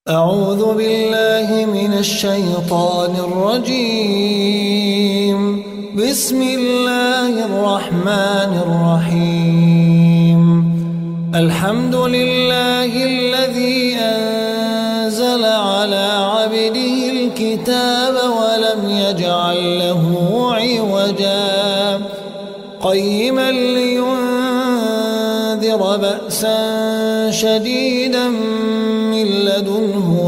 أعوذ بالله من الشيطان الرجيم. بسم الله الرحمن الرحيم. الحمد لله الذي أنزل على عبده الكتاب ولم يجعل له عوجا قيما لينذر بأسا شديدا من لدنه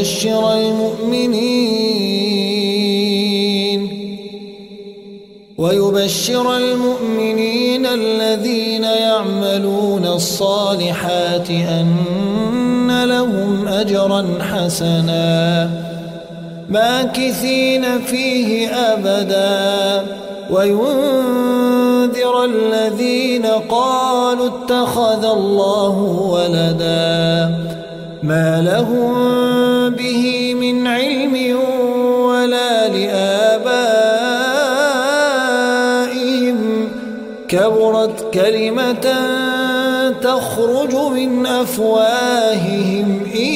ويبشر المؤمنين الذين يعملون الصالحات أن لهم أجرا حسنا ماكثين فيه أبدا وينذر الذين قالوا اتخذ الله ولدا ما لهم به من علم ولا لآبائهم كبرت كلمة تخرج من أفواههم إن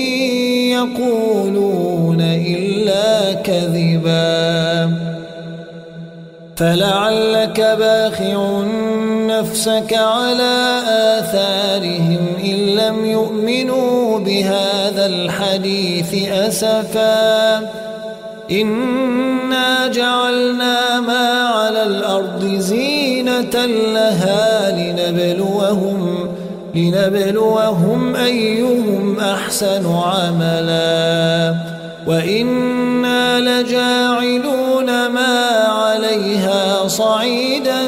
يقولون إلا كذبا فلعلك باخع نفسك على آثارهم إن لم يؤمنوا بهذا الحديث أسفا إنا جعلنا ما على الأرض زينة لها لنبلوهم أيهم أحسن عملا وإنا لجاعلون ما عليها صعيدا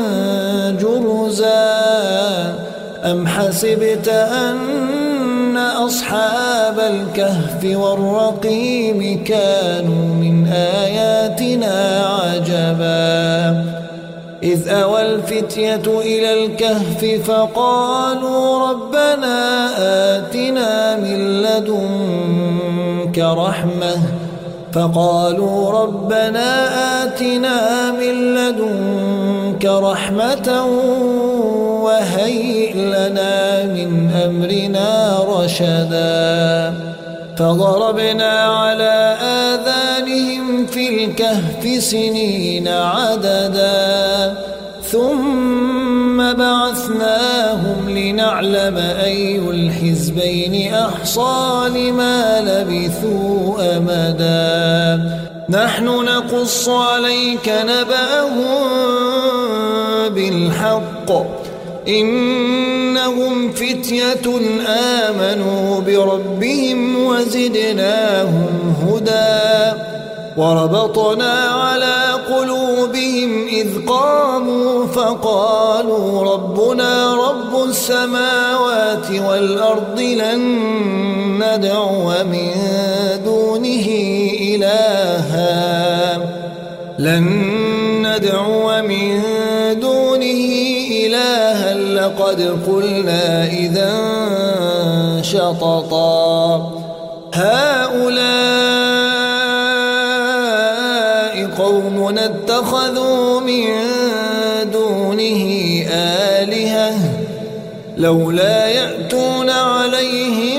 جرزا أم حسبت أن أصحاب الكهف والرقيم كانوا من آياتنا عجبا إذ أوى الفتية إلى الكهف فقالوا ربنا آتنا من لدنك رحمة وهيئ لنا من أمرنا رشدا فضربنا على آذانهم في الكهف سنين عددا ثم بعثناهم لنعلم أي الحزبين أحصى لما لبثوا أمدا نحن نقص عليك نبأهم بالحق إنهم فتية آمنوا بربهم وزدناهم هدى وربطنا على قلوبهم إذ قاموا فقالوا ربنا رب السماوات والأرض لن ندعو من دونه إلها لقد قلنا إذا شططا هؤلاء قوم اتخذوا من دونه آلهة لولا يأتون عليهم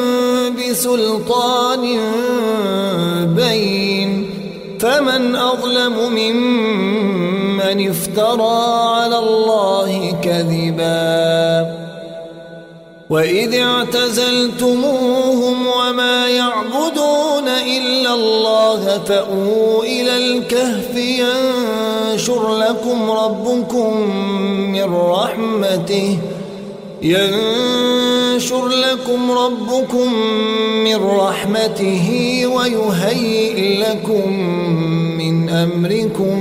بسلطان بين فمن أظلم ممن افترى على الله كذبا وإذ اعتزلتموهم وما يعبدون إلا الله فأووا إلى الكهف ينشر لكم ربكم من رحمته ويهيئ لكم من أمركم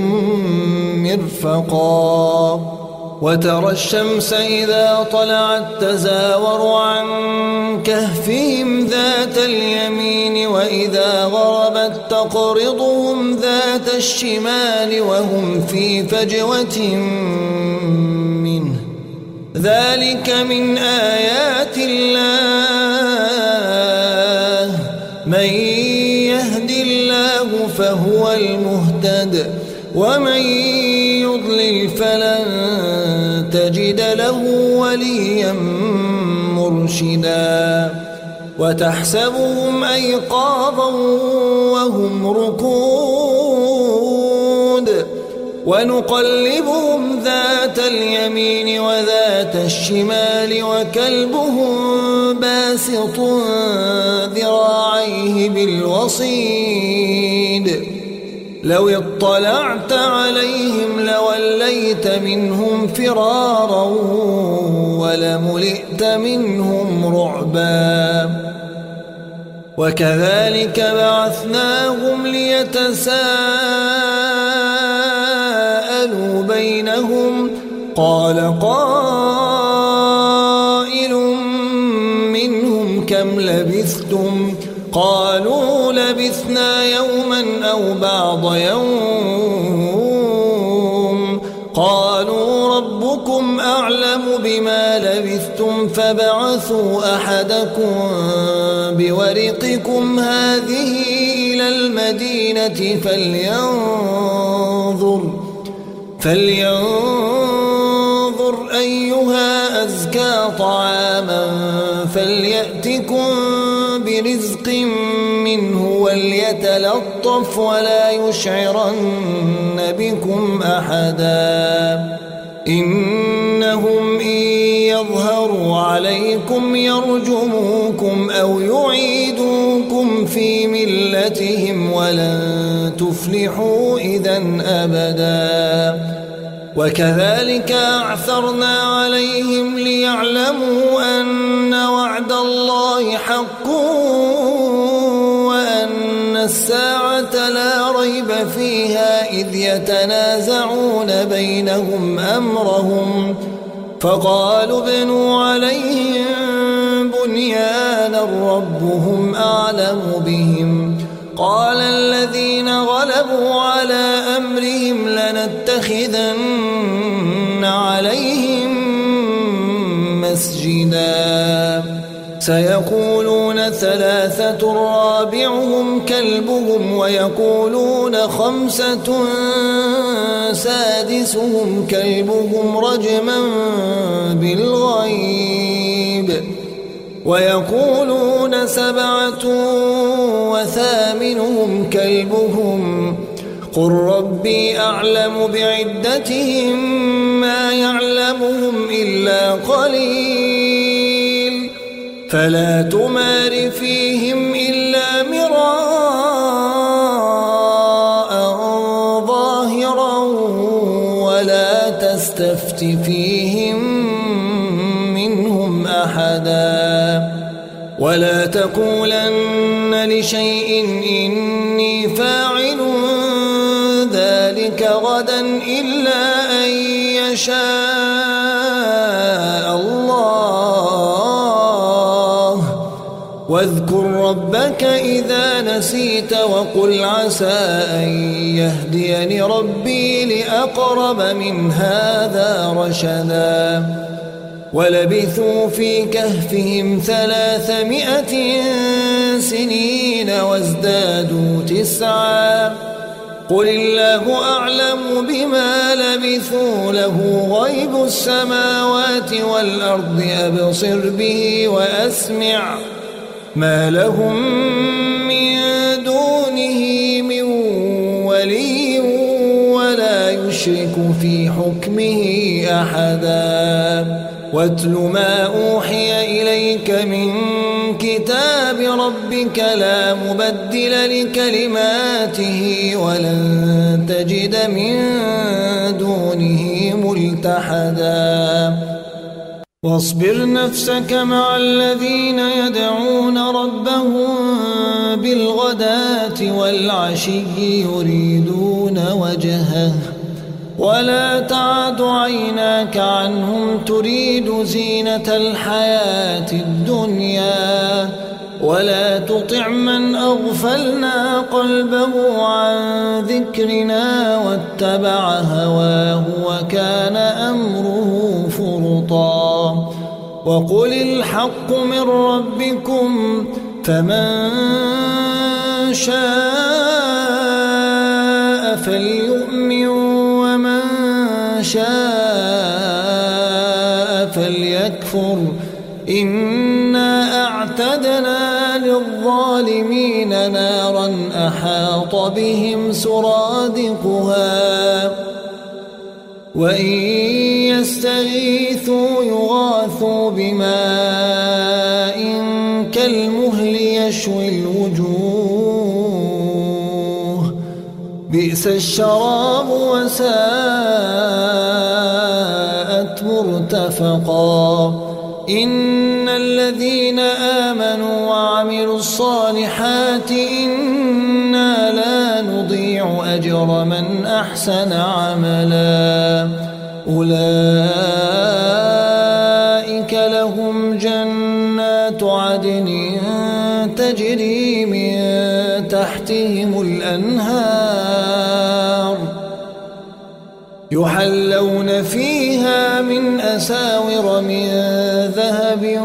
مرفقا وترى الشمس إذا طلعت تزاور عن كهفهم ذات اليمين وإذا غربت تقرضهم ذات الشمال وهم في فجوة منه ذلك من آيات الله من يهد الله فهو المهتد ومن يضلل فلن تجد له وليا مرشدا وتحسبهم أيقاظا وهم رقود ونقلبهم ذات اليمين وذات الشمال وكلبهم باسط ذراعيه بالوصيد لو اطلعت عليهم لوليت منهم فرارا ولملئت منهم رعبا وكذلك بعثناهم ليتساءلوا بينهم قال قائل منهم كم لبثتم قالوا لبثنا يوما أو بعض يوم قالوا ربكم أعلم بما لبثتم فابعثوا أحدكم بورقكم هذه إلى المدينة فلينظر أيها أزكى طعاما فليأتكم برزق منه وليتلطف ولا يشعرن بكم أحدا إنهم إن يظهروا عليكم يرجموكم أو يعيدوكم في ملتهم ولن تفلحوا إذن أبدا وكذلك أعثرنا عليهم ليعلموا أن وعد الله حق وأن الساعة لا ريب فيها إذ يتنازعون بينهم أمرهم فقالوا ابنوا عليهم بنيانا ربهم أعلم بهم قال الذين غلبوا على أمرهم لنتخذن عليهم مسجدا سيقولون ثلاثة رابعهم كلبهم ويقولون خمسة سادسهم كلبهم رجما بالغيب ويقولون سبعة وثامنهم كلبهم قل ربي أعلم بعدتهم ما يعلمهم إلا قليل فلا تمار فيهم إلا مراء ظاهرا ولا تستفت فيهم منهم أحدا ولا تقولن لشيء إني فاعل ذلك غدا إلا أن يشاء الله واذكر ربك إذا نسيت وقل عسى أن يهديني ربي لأقرب من هذا رشدا ولبثوا في كهفهم 300 سنين وازدادوا 9 قل الله أعلم بما لبثوا له غيب السماوات والأرض أبصر به وأسمع ما لهم من دونه من ولي ولا يشرك في حكمه أحدا واتل ما أوحي إليك من كتاب ربك لا مبدل لكلماته ولن تجد من دونه ملتحدا واصبر نفسك مع الذين يدعون ربهم بالغداة والعشي يريدون وجهه ولا تعد عيناك عنهم تريد زينة الحياة الدنيا ولا تطع من أغفلنا قلبه عن ذكرنا واتبع هواه وكان أمره فرطا وقل الحق من ربكم فمن شاء فليؤمن ومن شاء فليكفر إنا أعتدنا للظالمين نارا أحاط بهم سرادقها وإن يستغيثوا يغاثوا بماء كالمهل يشوي الوجوه بئس الشراب وساءت مرتفقا إن الذين آمنوا وعملوا الصالحات إنا لا نضيع أجر من أحسن عملا أولئك لهم جنات عدن تجري من تحتهم الأنهار يحلون فيها من أساور من ذهب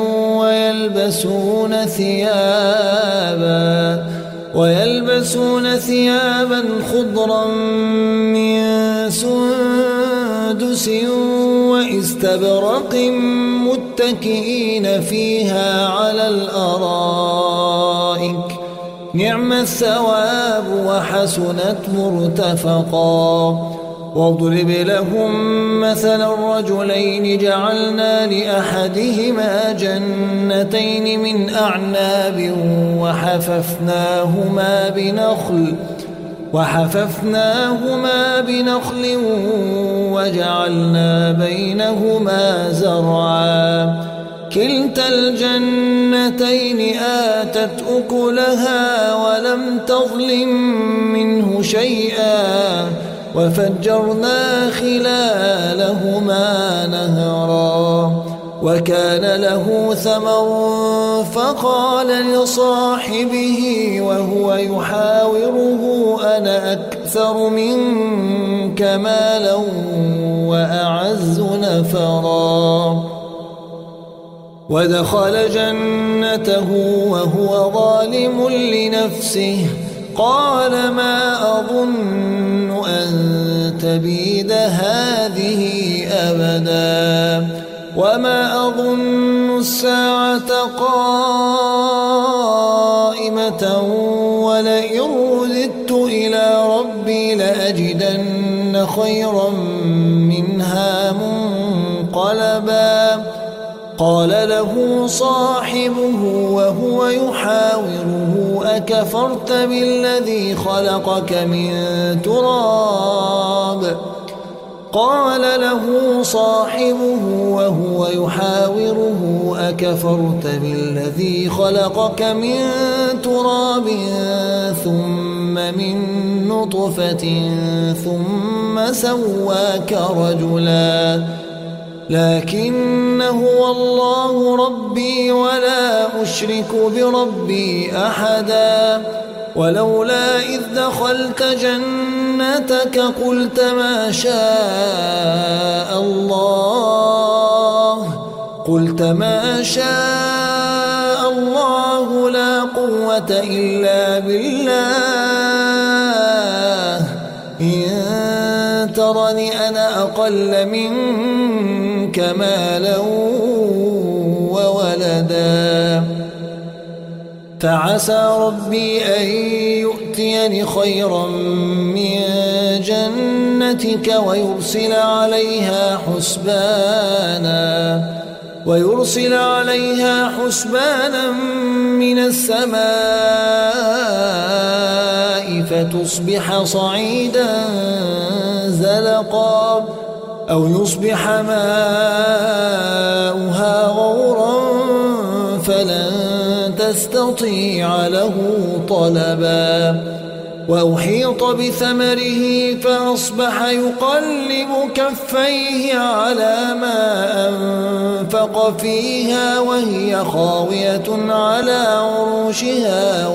ويلبسون ثيابا خضرا من سندس واستبرق متكئين فيها على الأرائك نعم الثواب وحسنت مرتفقا واضرب لهم مثل الرجلين جعلنا لأحدهما جنتين من أعناب وحففناهما بنخل وجعلنا بينهما زرعا كلتا الجنتين آتت أكلها ولم تظلم منه شيئا وفجرنا خلالهما نهرا وكان له ثمر فقال لصاحبه وهو يحاوره أنا أكثر منك مالا وأعز نفرا ودخل جنته وهو ظالم لنفسه قال ما أظن أن تبيد هذه أبدا وما أظن الساعة قائمة ولئن رددت إلى ربي لأجدن خيرا منها منقلبا قال له صاحبه وهو يحاوره أكفرت بالذي خلقك من تراب قال له صاحبه وهو يحاوره أكفرت بالذي خلقك من تراب ثم من نطفة ثم سواك رجلا لكن هو الله ربي ولا أشرك بربي أحدا ولولا إذ دخلت جنتك قلت ما شاء الله لا قوة إلا بالله إن ترني أنا أقل منك مالا وولدا فعسى ربي أن يؤتيني خيرا من جنتك ويرسل عليها حسبانا من السماء فتصبح صعيدا زلقا أو يصبح ماؤها غورا فلن تستطيع له طلبا وأحيط بثمره فأصبح يقلب كفيه على ما أنفق فيها وهي خاوية على عروشها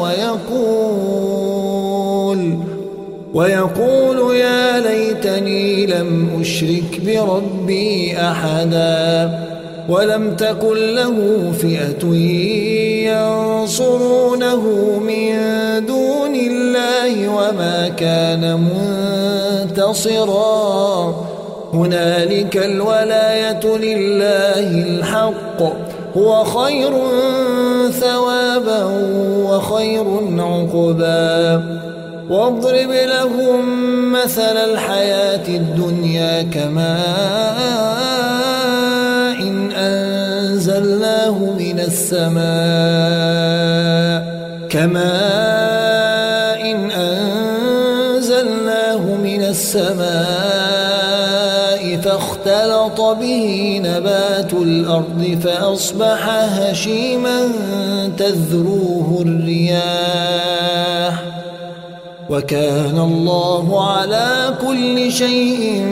ويقول يا ليتني لم أشرك بربي أحدا ولم تكن له فئة ينصرونه من دون الله وما كان منتصرا هنالك الولاية لله الحق هو خير ثوابا وخير عقبا واضرب لهم مثل الحياة الدنيا كماء إن أنزلناه من السماء فاختلط به نبات الأرض فأصبح هشيما تذروه الرياح وكان الله على كل شيء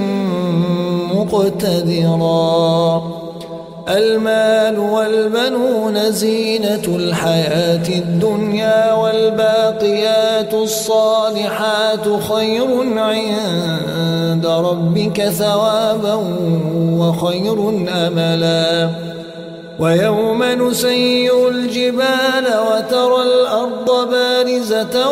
مقتدرا المال والبنون زينة الحياة الدنيا والباقيات الصالحات خير عند ربك ثوابا وخير أملا ويوم نسير الجبال وترى الأرض بارزة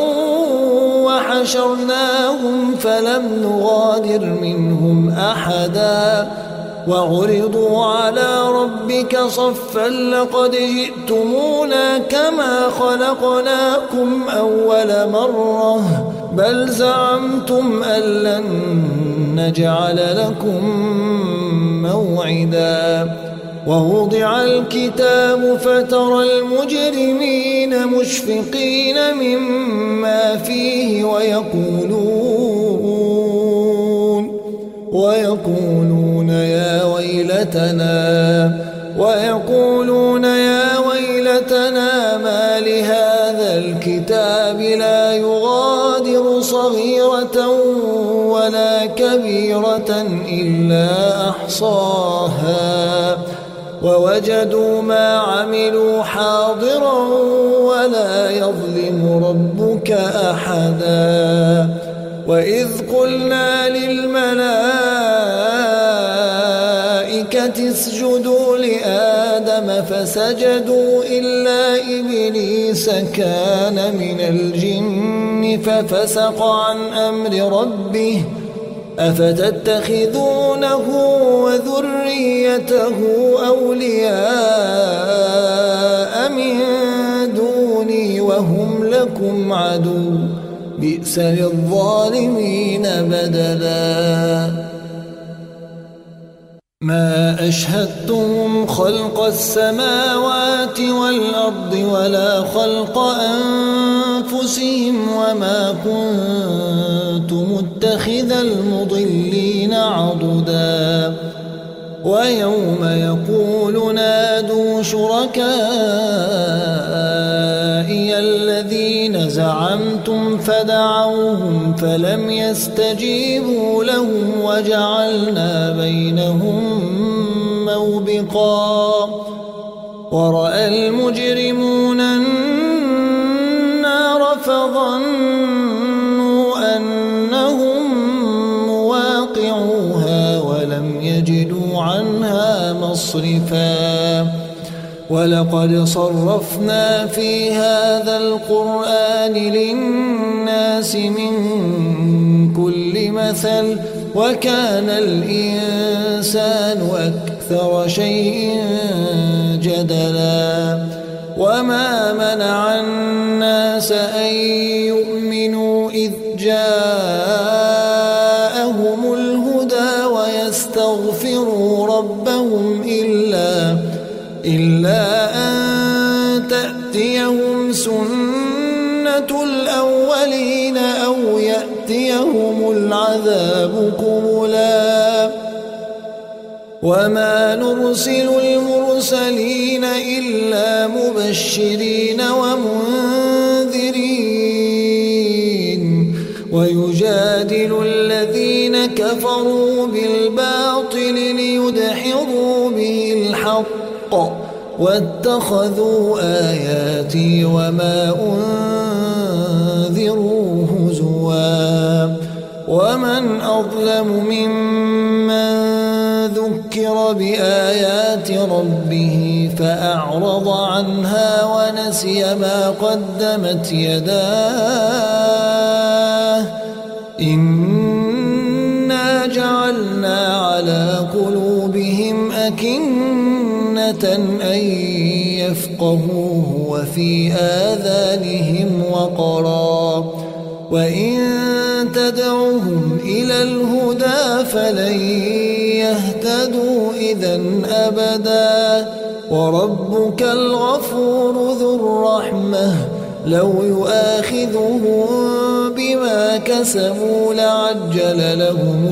وحشرناهم فلم نغادر منهم أحدا وعرضوا على ربك صفا لقد جئتمونا كما خلقناكم أول مرة بل زعمتم أن لن نجعل لكم موعدا ووضع الكتاب فترى المجرمين مشفقين مما فيه ويقولون يا ويلتنا ما لهذا الكتاب لا يغادر صغيرة ولا كبيرة إلا أحصاها ووجدوا ما عملوا حاضرا ولا يظلم ربك أحدا وإذ قلنا للملائكة اسجدوا لآدم فسجدوا إلا إبليس كان من الجن ففسق عن أمر ربه أفتتخذونه وذريته أولياء من دوني وهم لكم عدو بئس للظالمين بدلا ما أشهدتم خلق السماوات والأرض ولا خلق أنفسهم وما كنت متخذ المضلين عضدا ويوم يقول نادوا شركائي الذين زعمتم فدعوهم فلم يستجيبوا لهم وجعلنا بينهم موبقا ورأى المجرمون النار فظنوا أنهم مواقعوها ولم يجدوا عنها مصرفا ولقد صرفنا في هذا القرآن للناس من كل مثل وكان الإنسان أكثر شيء جدلا وما منع الناس أن يؤمنوا إذ جاءهم الهدى ويستغفروا ربهم إلا أن تأتيهم سنة الأولين أو يأتيهم العذاب قبلا وما نرسل المرسلين إلا مبشرين ومنذرين ويجادل الذين كفروا بالباطل ليدحضوا به الحق واتخذوا آياتي وما أنذروا هزوا ومن أظلم ممن ذكر بآيات ربه فأعرض عنها ونسي ما قدمت يداه إنا جعلنا على قلوبهم أكنة أكنة أن يفقهوه وفي آذانهم وقرا وإن تدعوهم إلى الهدى فلن يهتدوا إذا أبدا وربك الغفور ذو الرحمة لو يؤاخذهم بما كسبوا لعجل لهم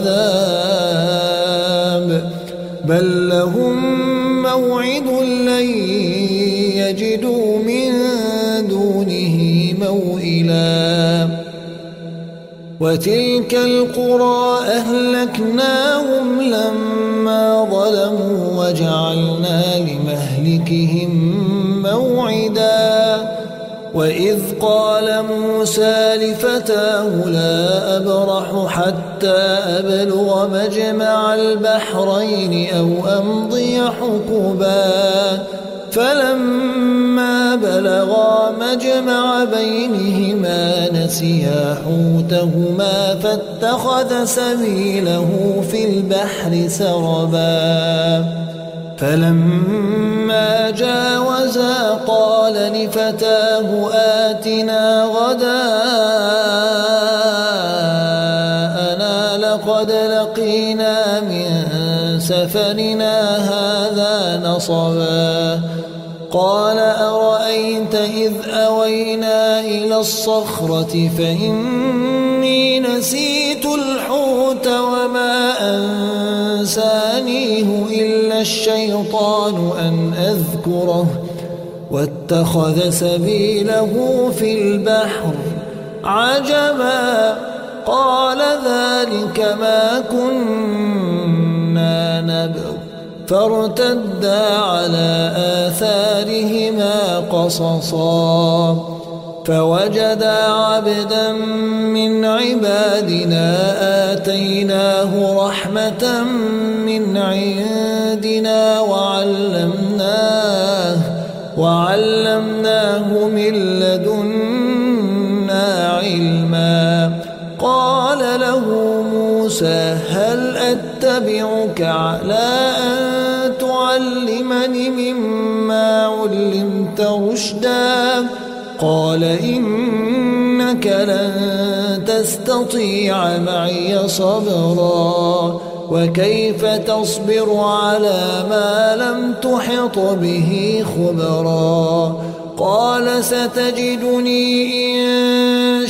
العذاب بل لهم موعد لن يجدوا من دونه موئلا وتلك القرى أهلكناهم لما ظلموا وجعلنا لمهلكهم موعدا وإذ قال موسى لفتاه لا أبرح حتى أبلغ مجمع البحرين أو أمضي حقبا فلما بلغا مجمع بينهما نسيا حوتهما فاتخذ سبيله في البحر سربا فلما جاوزا قال لفتاه آتنا غداءنا لقد لقينا من سفرنا هذا نصبا قال أرأيت إذ أوينا إلى الصخرة فإني نسيت الحوت وما أنسانيه إلا الشيطان أن أذكره واتخذ سبيله في البحر عجبا قال ذلك ما كنا نبغي فارتدا على آثارهما قصصا فوجدا عبدا من عبادنا آتيناه رحمة من عندنا وعلمناه من لدنا علما قال له موسى هل أتبعك على أن تعلمني مما علمت رشدا قال إنك لن تستطيع معي صبرا وكيف تصبر على ما لم تحط به خبرا قال ستجدني إن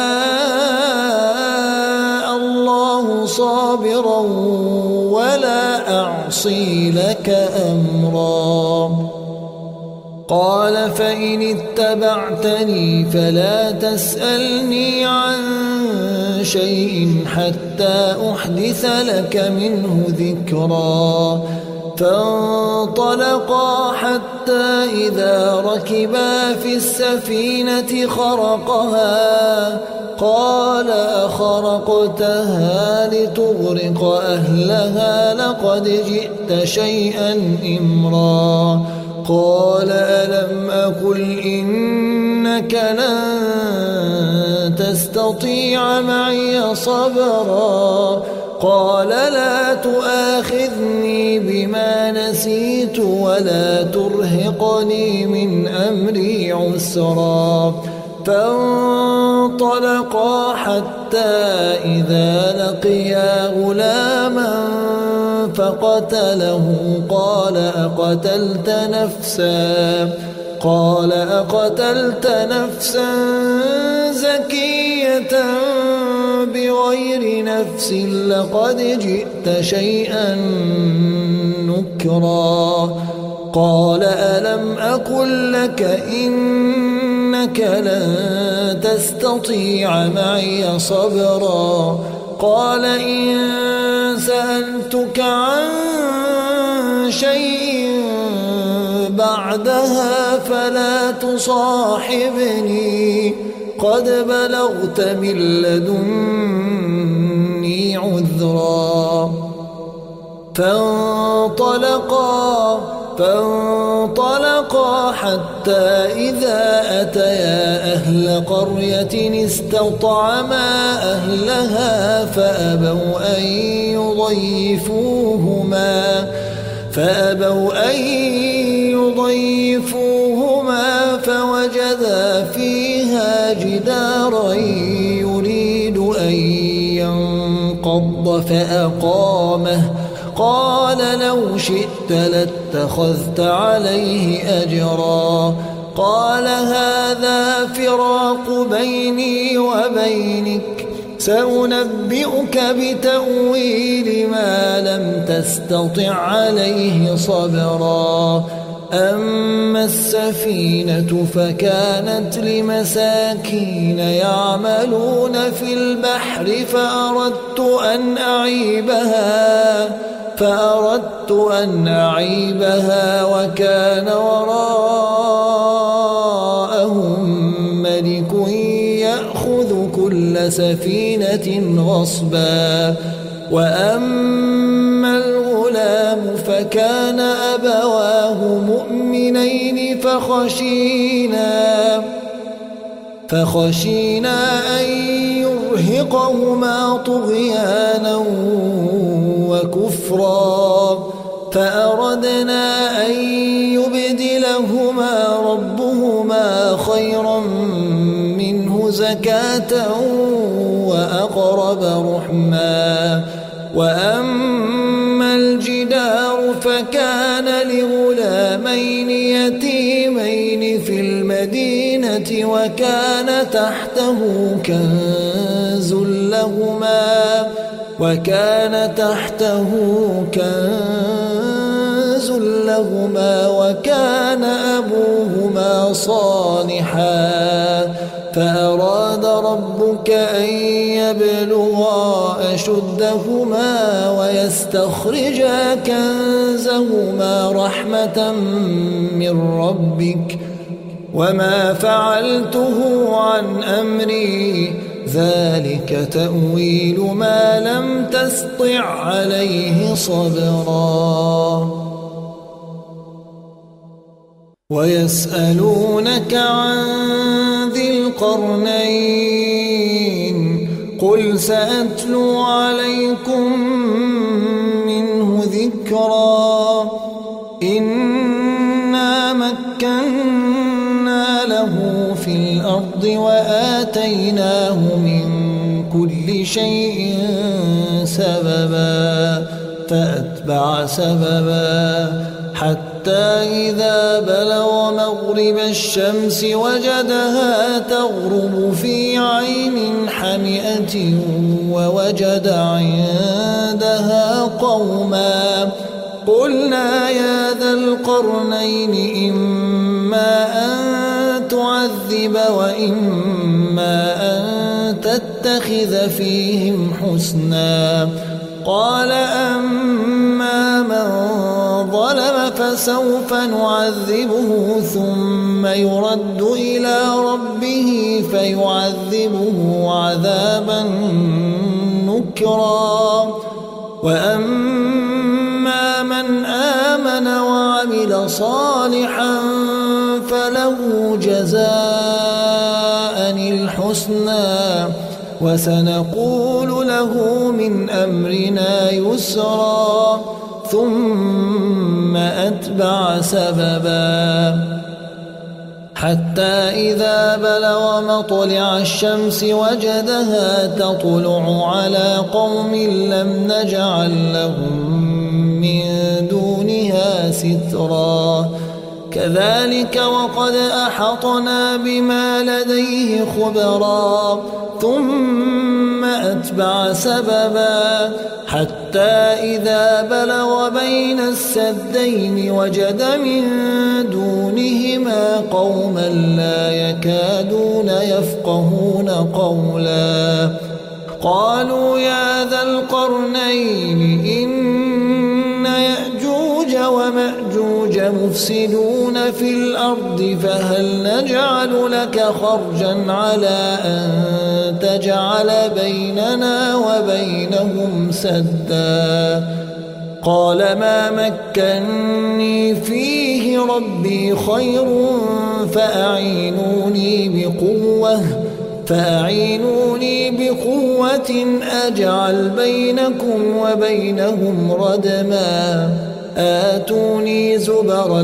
شاء الله صابرا ولا أعصي لك أمرا قال فإن اتبعتني فلا تسألني عن شيء حتى أحدث لك منه ذكرا فانطلقا حتى إذا ركبا في السفينة خرقها قال أخرقتها لتغرق أهلها لقد جئت شيئا إمرا قال ألم أقل إنك لن تستطيع معي صبرا قال لا تؤاخذني بما نسيت ولا ترهقني من أمري عسرا فانطلقا حتى إذا لقيا غلاما فقتله قال أقتلت نفسا زكية بغير نفس لقد جئت شيئا نكرا قال ألم أقل لك إنك لن تستطيع معي صبرا قال إن سألتك عن شيء بعدها فلا تصاحبني قد بلغت من لدني عذرا فانطلقا حتى إذا أتيا أهل قرية استطعما أهلها فأبوا أن فأبوا أن يضيفوهما فوجدا فيها جدارا يريد أن ينقض فأقامه قال لو شئت لاتخذت عليه أجرا قال هذا فراق بيني وبينك سأنبئك بتأويل ما لم تستطع عليه صبرا أما السفينة فكانت لمساكين يعملون في البحر فأردت أن أعيبها وكان وراءهم ملك يأخذ كل سفينة غصبا وأما الغلام فكان أبواه مؤمنين فخشينا أن يرهقهما طغيانا وكفرا فأردنا أن يبدلهما ربهما خيرا منه زكاة وأقرب رحما وأما الجدار فكان لغلامين يتيمين في المدينة وكان تحته كنز لهما وكان أبوهما صالحا فأراد ربك أن يبلغا أشدهما ويستخرجا كنزهما رحمة من ربك وما فعلته عن أمري ذلك تأويل ما لم تسطع عليه صبرا ويسألونك عن ذي القرنين قل سأتلو عليكم منه ذكرا إنا مكنا له في الأرض وآتيناه من كل شيء سببا فأتبع سببا حتى إذا بلغ مغرب الشمس وجدها تغرب في عين حمئة ووجد عندها قوما قلنا يا ذا القرنين إما أن تعذب وإما أن تتخذ فيهم حسنا قال أما من ظلم فسوف نعذبه ثم يرد إلى ربه فيعذبه عذابا نكرا وأما من آمن وعمل صالحا فله جزاء الحسنى وسنقول له من أمرنا يسرا ثم أتبع سببا حتى إذا بلغ مطلع الشمس وجدها تطلع على قوم لم نجعل لهم من دونها سترا كذلك وقد أحطنا بما لديه خبرا ثم أتبع سببا حتى إذا بلغ بين السدين وجد من دونهما قوما لا يكادون يفقهون قولا قالوا يا ذا القرنين إن يأجوج ومأجوج مفسدون في الأرض فهل نجعل لك خرجا على أن تجعل بيننا وبينهم سدا قال ما مكني فيه ربي خير فأعينوني بقوة أجعل بينكم وبينهم ردما آتوني زبر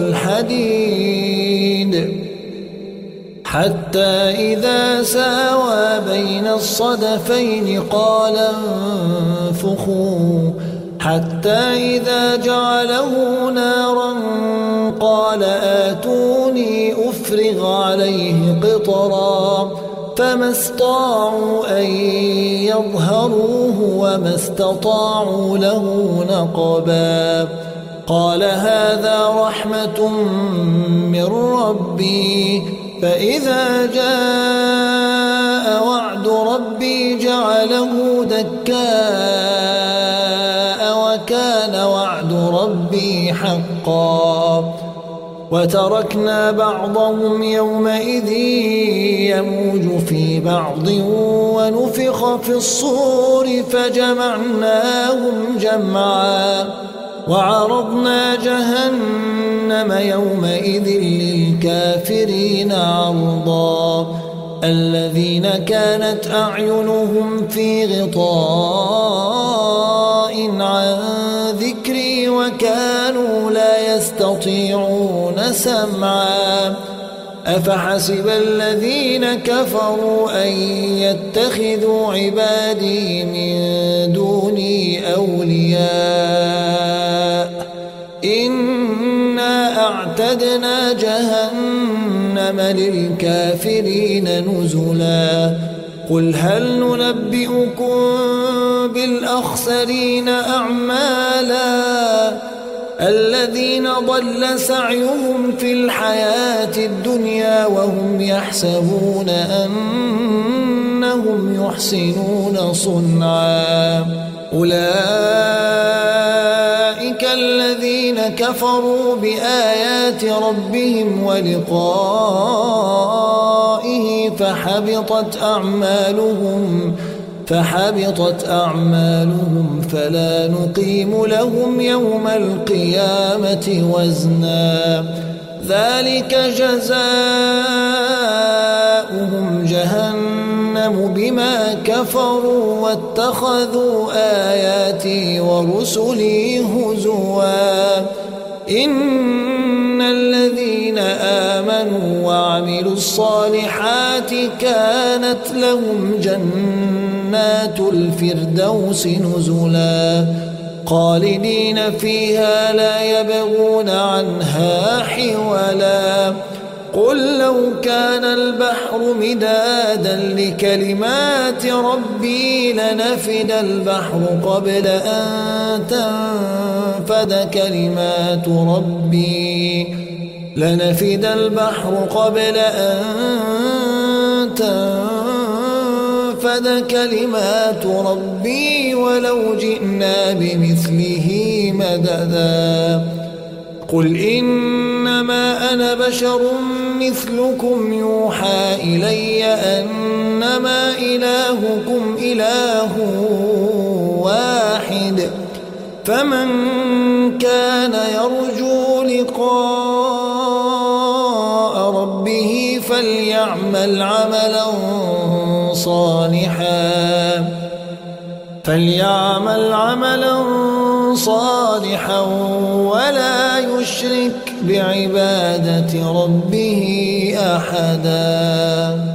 الحديد حتى إذا ساوى بين الصدفين قال انفخوا حتى إذا جعله نارا قال آتوني أفرغ عليه قطرا فما استطاعوا أن يظهروه وما استطاعوا له نقبا قال هذا رحمة من ربي فإذا جاء وعد ربي جعله دكاء وكان وعد ربي حقا وتركنا بعضهم يومئذ يموج في بعض ونفخ في الصور فجمعناهم جمعا وعرضنا جهنم يومئذ للكافرين عرضا الذين كانت أعينهم في غطاء عن ذكري وكانوا لا يستطيعون سمعا أفحسب الذين كفروا أن يتخذوا عبادي من دوني أولياء إنا أعتدنا جهنم للكافرين نزلا قل هل ننبئكم بالأخسرين أعمالا الذين ضل سعيهم في الحياة الدنيا وهم يحسبون أنهم يحسنون صنعا أولئك الذين كفروا بآيات ربهم ولقائه فحبطت أعمالهم فلا نقيم لهم يوم القيامة وزنا ذلك جزاؤهم جهنم بما كفروا واتخذوا آياتي ورسلي هزوا إن الذين آمنوا وعملوا الصالحات كانت لهم جنات الفردوس نزلا خالدين فيها لا يبغون عنها حولا قل لو كان البحر مدادا لكلمات ربي لنفد البحر قبل أن تنفد كلمات ربي ولو جئنا بمثله مددا قل إنما أنا بشر مثلكم يوحى إلي أنما إلهكم إله واحد فمن كان يرجو لقاء ربه فليعمل عملا صالحا ولا يشرك بعبادة ربه أحدا.